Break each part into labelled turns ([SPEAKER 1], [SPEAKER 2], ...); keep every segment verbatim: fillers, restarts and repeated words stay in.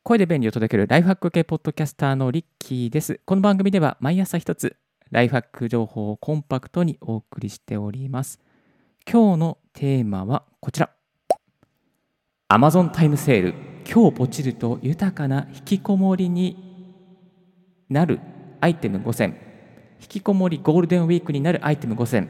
[SPEAKER 1] 声で便利を届けるライフハック系ポッドキャスターのリッキーです。この番組では毎朝一つライフハック情報をコンパクトにお送りしております。今日のテーマはこちら。Amazon タイムセール。今日ポチると豊かな引きこもりになるアイテムごせん。引きこもりゴールデンウィークになるアイテムごせん。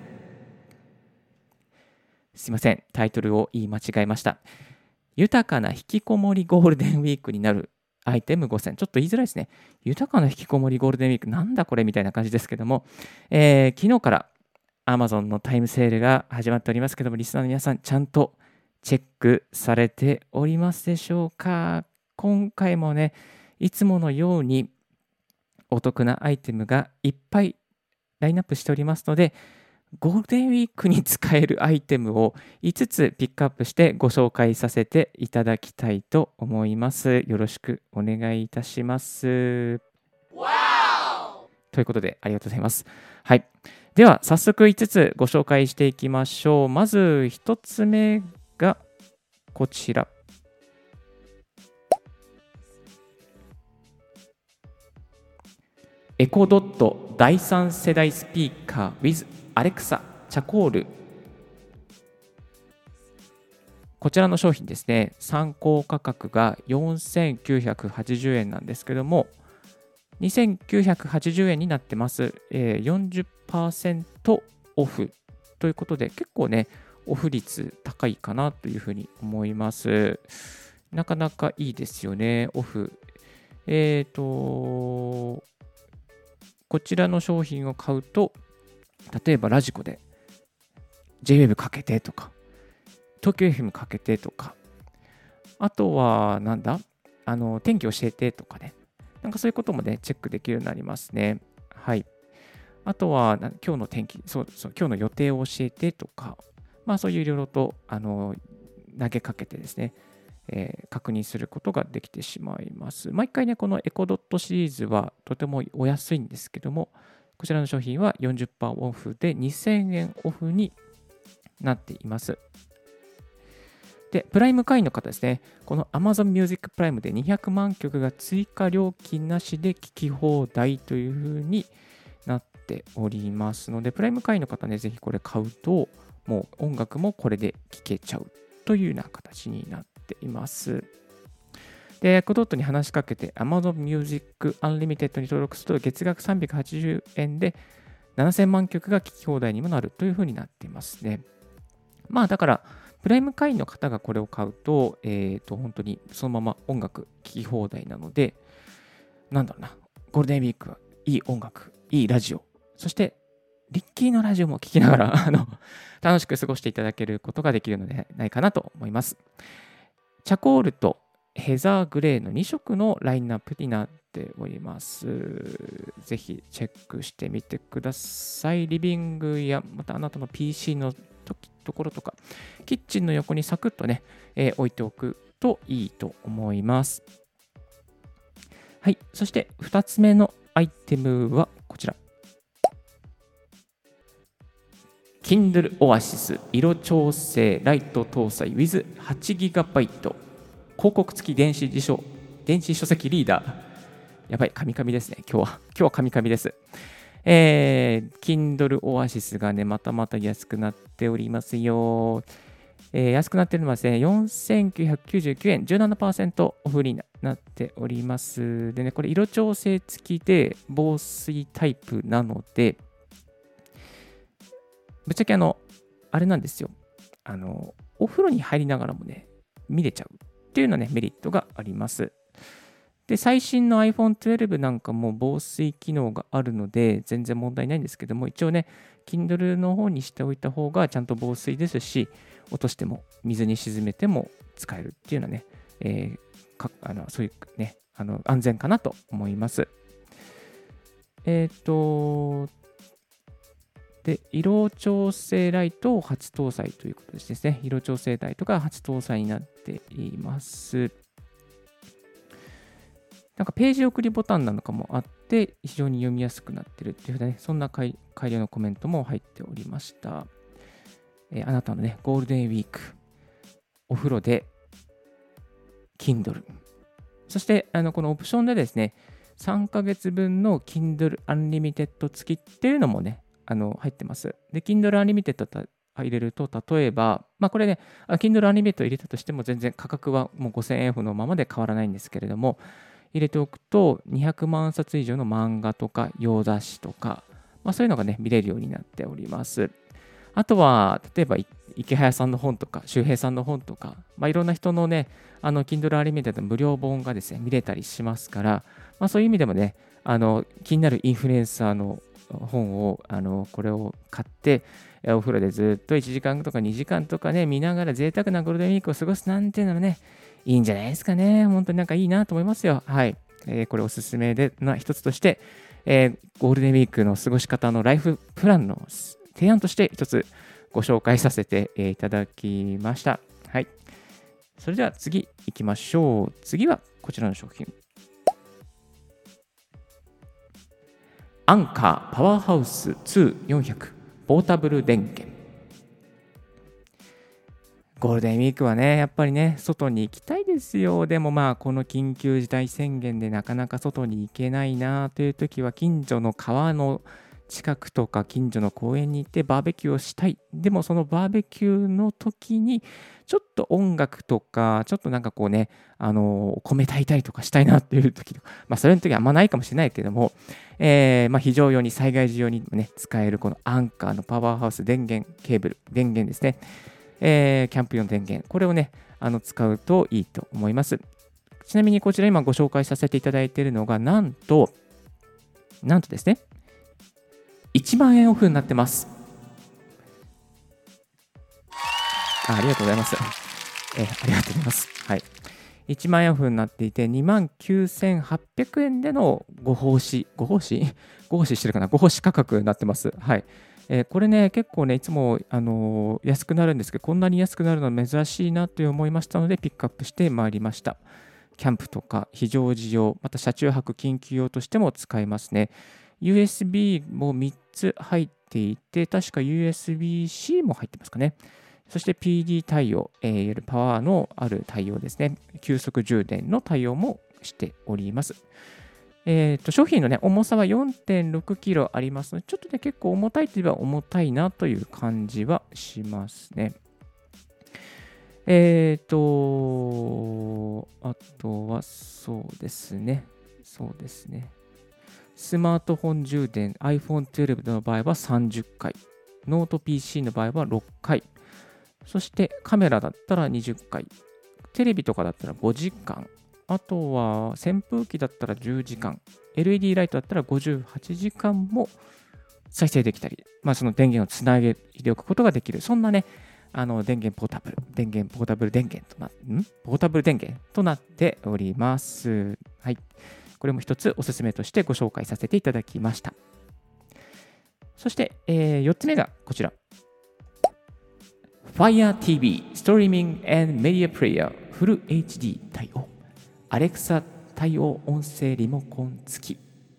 [SPEAKER 1] すいません、タイトルを言い間違えました。豊かな引きこもりゴールデンウィークになるアイテムごせん。ちょっと言いづらいですね。豊かな引きこもりゴールデンウィーク、なんだこれみたいな感じですけども、えー、昨日から Amazon のタイムセールが始まっておりますけども、リスナーの皆さん、ちゃんとチェックされておりますでしょうか。今回もね、いつものようにお得なアイテムがいっぱいラインナップしておりますので、ゴールデンウィークに使えるアイテムをいつつピックアップしてご紹介させていただきたいと思います。よろしくお願いいたします。ということでありがとうございます。はい。では早速いつつご紹介していきましょう。まずひとつめがこちら。エコドットだいさん世代スピーカー with アレクサチャコール。こちらの商品ですね、参考価格がよんせんきゅうひゃくはちじゅうえんなんですけども、にせんきゅうひゃくはちじゅうえんになってます。えー、よんじゅっパーセント オフということで、結構ね、オフ率高いかなというふうに思います。なかなかいいですよね、オフ。えっと、こちらの商品を買うと、例えばラジコで ジェイウェーブ かけてとか、東京 エフエム かけてとか、あとはなんだあの天気教えてとかね、なんかそういうこともねチェックできるようになりますね。はい。あとは今日の天気、そうそう今日の予定を教えてとか、まあそういういろいろとあの投げかけてですね、えー、確認することができてしまいます。毎回ねこのエコドットシリーズはとてもお安いんですけども、こちらの商品は よんじゅっパーセント オフでにせんえんオフになっています。で、プライム会員の方ですね、この Amazon Music Prime でにひゃくまんきょくが追加料金なしで聴き放題という風になっておりますので、プライム会員の方ね、ぜひこれ買うと、もう音楽もこれで聴けちゃうというような形になっています。で、エコドットに話しかけて Amazon Music Unlimited に登録すると月額さんびゃくはちじゅうえんでななせんまんきょくが聴き放題にもなるという風になっていますね。まあだから、プライム会員の方がこれを買うと、えっと、本当にそのまま音楽聴き放題なので、なんだろうな、ゴールデンウィークはいい音楽、いいラジオ、そして、リッキーのラジオも聴きながら、あの、楽しく過ごしていただけることができるのではないかなと思います。チャコールとヘザーグレーのにしょくのラインナップになっております。ぜひチェックしてみてください。リビングや、またあなたの ピーシー の時ところとか、キッチンの横にサクッとね、えー、置いておくといいと思います。はい、そしてふたつめのアイテムはこちら。Kindle Oasis 色調整ライト搭載 with はちギガバイト 広告付き電子辞書電子書籍リーダー。やばい、カミカミですね。今日は。今日はカミカミです。えー、Kindle Oasis がね、またまた安くなっておりますよ。えー、安くなっているのはですね、よんせんきゅうひゃくきゅうじゅうきゅうえん、じゅうななパーセント オフになっております。でね、これ色調整付きで防水タイプなので、ぶっちゃけあの、あれなんですよ。あの、お風呂に入りながらもね、見れちゃうっていうのはね、メリットがあります。で、最新の アイフォントゥエルブ なんかも防水機能があるので、全然問題ないんですけども、一応ね、Kindle の方にしておいた方がちゃんと防水ですし、落としても水に沈めても使えるっていうのはね、えー、かあのそういうね、あの安全かなと思います。えっ、ー、と、で、色調整ライトを初搭載ということですね。色調整ライトが初搭載になっています。なんかページ送りボタンなんかもあって、非常に読みやすくなっているっていうね、そんな改良のコメントも入っておりました。えー、あなたのね、ゴールデンウィーク、お風呂で Kindle、 そして、あのこのオプションでですね、さんかげつぶんの Kindle Unlimited 付きっていうのもね、あの入ってます。で、Kindle Unlimited 入れると、例えば、まあこれね、Kindle Unlimited 入れたとしても全然価格はもうごせんえんオフのままで変わらないんですけれども、入れておくとにひゃくまんさつ以上の漫画とか洋雑誌とか、まあ、そういうのがね、見れるようになっております。あとは、例えば、池早さんの本とか、周平さんの本とか、まあ、いろんな人のね、あの、Kindle Unlimited の無料本がですね、見れたりしますから、まあ、そういう意味でもね、あの、気になるインフルエンサーの本を、あの、これを買って、お風呂でずっといちじかんとかにじかんとかね、見ながら贅沢なゴールデンウィークを過ごすなんていうのはね、いいんじゃないですかね。本当になんかいいなと思いますよ。はい。えー、これおすすめでな一つとして、えー、ゴールデンウィークの過ごし方のライフプランの提案として一つご紹介させていただきました。はい。それでは次行きましょう。次はこちらの商品。アンカーパワーハウスツーよんひゃくポータブル電源。ゴールデンウィークはね、やっぱりね、外に行きたいですよ。でもまあ、この緊急事態宣言でなかなか外に行けないなという時は、近所の川の近くとか近所の公園に行ってバーベキューをしたい。でもそのバーベキューの時に、ちょっと音楽とか、ちょっとなんかこうね、あの、お米炊いたりとかしたいなっていう時とか、まあ、それの時はあんまないかもしれないけども、えー、まあ非常用に、災害時用にね、使えるこのアンカーのパワーハウス電源ケーブル、電源ですね。えー、キャンプ用の電源、これをね、あの使うといいと思います。ちなみにこちら今ご紹介させていただいているのが、なんと、なんとですね、いちまんえんオフになってます。あ、ありがとうございます。えー、ありがとうございます。はい。いちまんえんオフになっていて、にまんきゅうせんはっぴゃくえんでのご奉仕、ご奉仕ご奉仕してるかなご奉仕価格になってます。はい。えー、これね、結構ね、いつも、あのー、安くなるんですけど、こんなに安くなるのは珍しいなと思いましたので、ピックアップしてまいりました。キャンプとか非常時用、また車中泊緊急用としても使えますね。ユーエスビー もみっつ入っていて、確か ユーエスビー-C も入ってますかね。そして ピーディー 対応、えー、いわゆるパワーのある対応ですね。急速充電の対応もしております。えー、と商品の、ね、重さは よんてんろくキロありますので、ちょっとね、結構重たいといえば重たいなという感じはしますね。えっ、ー、と、あとはそうですね。そうですね。スマートフォン充電 アイフォンじゅうに の場合はさんじゅっかい。ノート ピーシー の場合はろっかい。そしてカメラだったらにじゅっかい。テレビとかだったらごじかん。あとは扇風機だったらじゅうじかん、エルイーディー ライトだったらごじゅうはちじかんも再生できたり、まあ、その電源をつなげておくことができる、そんなね、あの電源ポータブル、電源ポータブル電源とな、んポータブル電源となっております。はい。これも一つおすすめとしてご紹介させていただきました。そして、えー、よっつめがこちら。Fire ティーブイ Streaming and Media Player Full エイチディー 対応。アレクサ対応音声リモコン付き。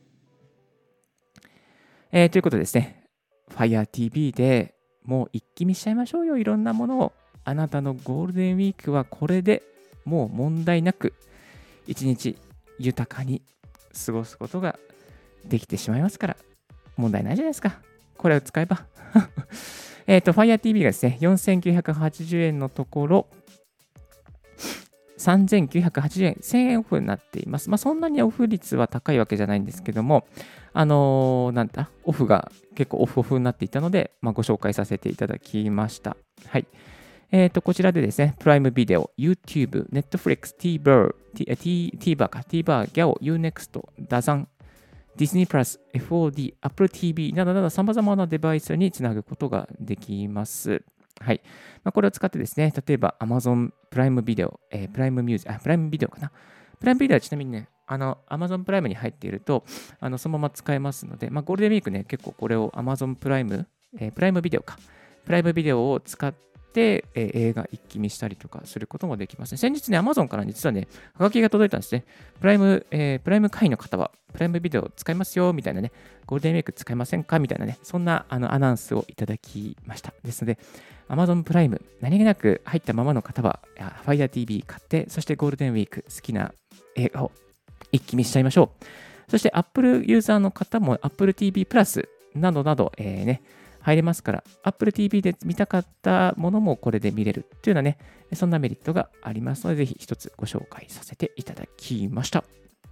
[SPEAKER 1] えー、ということでですね、Fire ティーブイ でもう一気見しちゃいましょうよ、いろんなものを。あなたのゴールデンウィークはこれでもう問題なく一日豊かに過ごすことができてしまいますから、問題ないじゃないですか。これを使えば。えっと、Fire ティーブイ がですね、よんせんきゅうひゃくはちじゅうえんのところ、さんぜんきゅうひゃくはちじゅうえん、せんえんオフになっています。まあ、そんなにオフ率は高いわけじゃないんですけども、あのー、なんだ、オフが結構オフオフになっていたので、まあ、ご紹介させていただきました。はい。えっと、こちらでですね、プライムビデオ、YouTube、Netflix、TVer、TVer か、TVer、ギャオ、Unext、ダザン、ディズニープラス、エフオーディー、Apple ティーブイ などなど様々なデバイスにつなぐことができます。はい。まあ、これを使ってですね、例えば Amazon プライムビデオ、えー、プライムミュージック、あ、プライムビデオかな。プライムビデオはちなみにね、あの、Amazon プライムに入っていると、あのそのまま使えますので、まあ、ゴールデンウィークね、結構これを Amazon プライム、えー、プライムビデオか。プライムビデオを使って、えー映画一気見したりとかすることもできますね。先日ね、Amazon から実はね、はがきが届いたんですね。プライム、えープライム会員の方は、プライムビデオ使いますよ、みたいなね、ゴールデンウィーク使いませんかみたいなね、そんなあのアナウンスをいただきました。ですので、Amazon プライム、何気なく入ったままの方は、Fire ティーブイ 買って、そしてゴールデンウィーク好きな映画を一気見しちゃいましょう。そして Apple ユーザーの方も Apple ティーブイ プラスなどなど、えーね、入れますから、Apple ティーブイ で見たかったものもこれで見れるというようなね、そんなメリットがありますので、ぜひ一つご紹介させていただきました。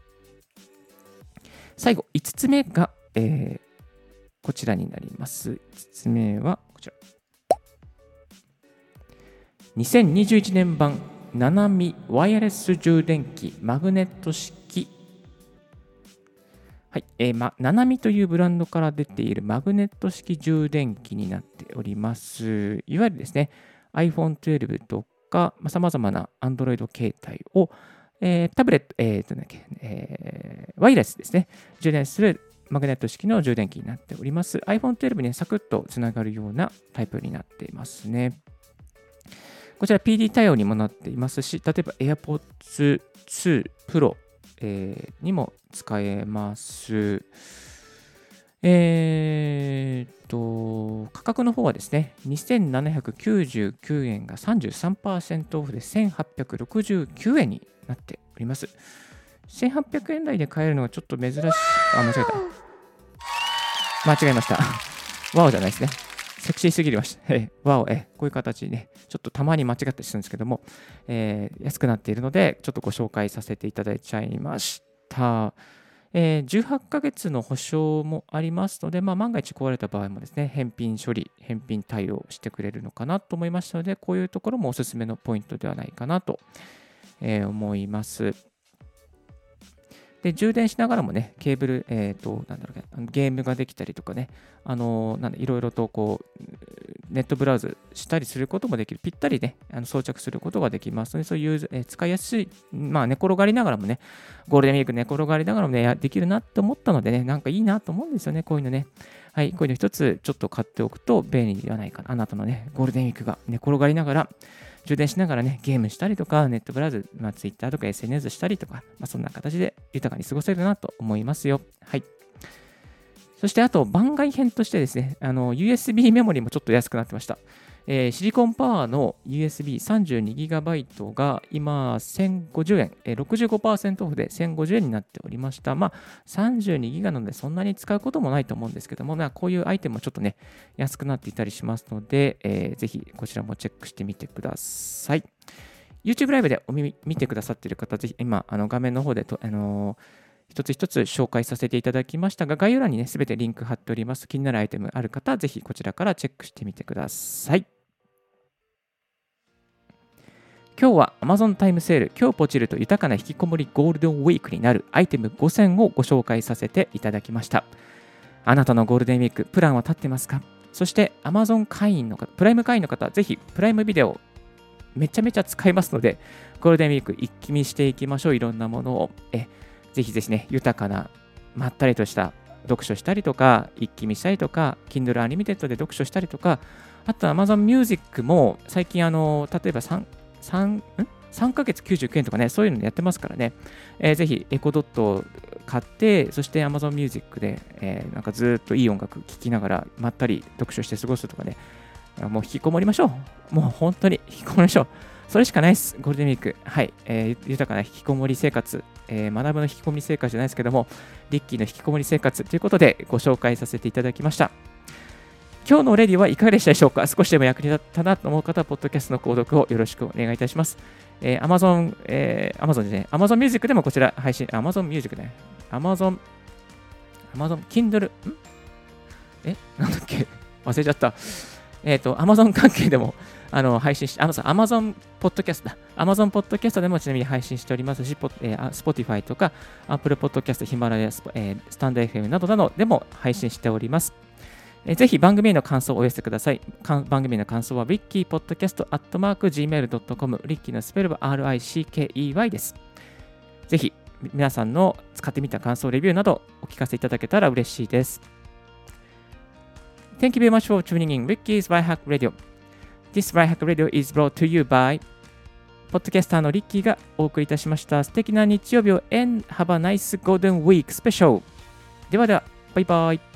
[SPEAKER 1] 最後、いつつめが、えー、こちらになります。いつつめはこちら。にせんにじゅういちねん版ナナミワイヤレス充電器マグネット式。はい、えーま、ナナミというブランドから出ているマグネット式充電器になっております。いわゆるですね、アイフォントゥエルブ とか、さまざまな Android 携帯を、えータブレット、えーとなんだっけえーワイヤレスですね、充電するマグネット式の充電器になっております。アイフォントゥエルブ にサクッとつながるようなタイプになっていますね。こちら ピーディー 対応にもなっていますし、例えば AirPods ツー Pro、えーにも使えます。えー、と、価格の方はですね、にせんななひゃくきゅうじゅうきゅうえんが さんじゅうさんパーセント オフでせんはっぴゃくろくじゅうきゅうえんになっております。せんはっぴゃくえん台で買えるのはちょっと珍しい。あ、間違えた。間違えました。ワオじゃないですね。セクシーすぎました。ワオ、え、こういう形にね、ちょっとたまに間違ったりするんですけども、えー安くなっているので、ちょっとご紹介させていただいちゃいました。えーじゅうはちかげつの保証もありますので、まあ、万が一壊れた場合もですね、返品処理、返品対応してくれるのかなと思いましたので、こういうところもおすすめのポイントではないかなと、えー思います。で、充電しながらもね、ケーブル、えっ、と、なんだろうね、あのゲームができたりとかね、あの、なんだ、いろいろとこう、ネットブラウズしたりすることもできる。ぴったりね、あの装着することができますので、そういう、えー使いやすい、まあ、寝転がりながらもね、ゴールデンウィーク寝転がりながらもね、やできるなって思ったのでね、なんかいいなと思うんですよね、こういうのね。はい、こういうの一つちょっと買っておくと便利ではないかな。あなたのね、ゴールデンウィークが寝転がりながら、充電しながらね、ゲームしたりとか、ネットブラウズ、まあ、Twitter とか エスエヌエス したりとか、まあ、そんな形で豊かに過ごせるなと思いますよ。はい。そしてあと番外編としてですね、あの ユーエスビー メモリもちょっと安くなってました。えーシリコンパワーの ユーエスビーさんじゅうにギガバイト が今せんごじゅうえん、えーろくじゅうごパーセントオフでせんごじゅうえんになっておりました。まあさんじゅうにギガなのでそんなに使うこともないと思うんですけども、まあ、こういうアイテムもちょっとね、安くなっていたりしますので、えーぜひこちらもチェックしてみてください。YouTube ライブでお見見てくださっている方、ぜひ今、あの画面の方でと、あのー一つ一つ紹介させていただきましたが、概要欄にね、すべてリンク貼っております。気になるアイテムある方は、ぜひこちらからチェックしてみてください。今日は Amazon タイムセール、今日ポチると豊かな引きこもりゴールデンウィークになるアイテムごせんをご紹介させていただきました。あなたのゴールデンウィーク、プランは立ってますか？そして Amazon 会員の方、プライム会員の方は、ぜひプライムビデオめちゃめちゃ使いますので、ゴールデンウィーク一気見していきましょう。いろんなものを。えぜひぜひね、豊かな、まったりとした読書したりとか、一気見したりとか、Kindle Unlimited で読書したりとか、あと Amazon Music も最近、あの、例えば3、3、んさんかげつきゅうじゅうきゅうえんとかね、そういうのやってますからね、えーぜひエコドットを買って、そして Amazon Music で、えーなんかずっといい音楽聴きながら、まったり読書して過ごすとかね、もう引きこもりましょう。もう本当に引きこもりましょう。それしかないです、ゴールデンウィーク。はい、えー豊かな引きこもり生活、えー学ぶの引きこもり生活じゃないですけども、リッキーの引きこもり生活ということでご紹介させていただきました。今日のレディはいかがでしたでしょうか？少しでも役に立ったなと思う方は、ポッドキャストの購読をよろしくお願いいたします。えー、Amazon、えー、Amazon ですね。Amazon Music でもこちら配信、Amazon Music ね。Amazon、Amazon Kindle、んえなんだっけ忘れちゃった。えっ、と、Amazon 関係でもあの配信し、あのさ、Amazon ポッドキャストだ。Amazon ポッドキャストでもちなみに配信しておりますし、ポえー、Spotify とか Apple Podcast、ヒマラヤ、スえー、スタンド エフエム などなどでも配信しております。えーぜひ番組への感想をお寄せください。かん番組への感想は rickypodcast アットマーク ジーメールドットコム リッキーのスペルは アールアイシーケーイーワイ です。ぜひ皆さんの使ってみた感想、レビューなどお聞かせいただけたら嬉しいです。Thank you very much for tuning in Ricky's Biohack Radio. This Right Hack Radio is brought to you by ポッドキャスターのリッキーがお送りいたしました。素敵な日曜日を and have a nice golden week special。ではでは、バイバイ。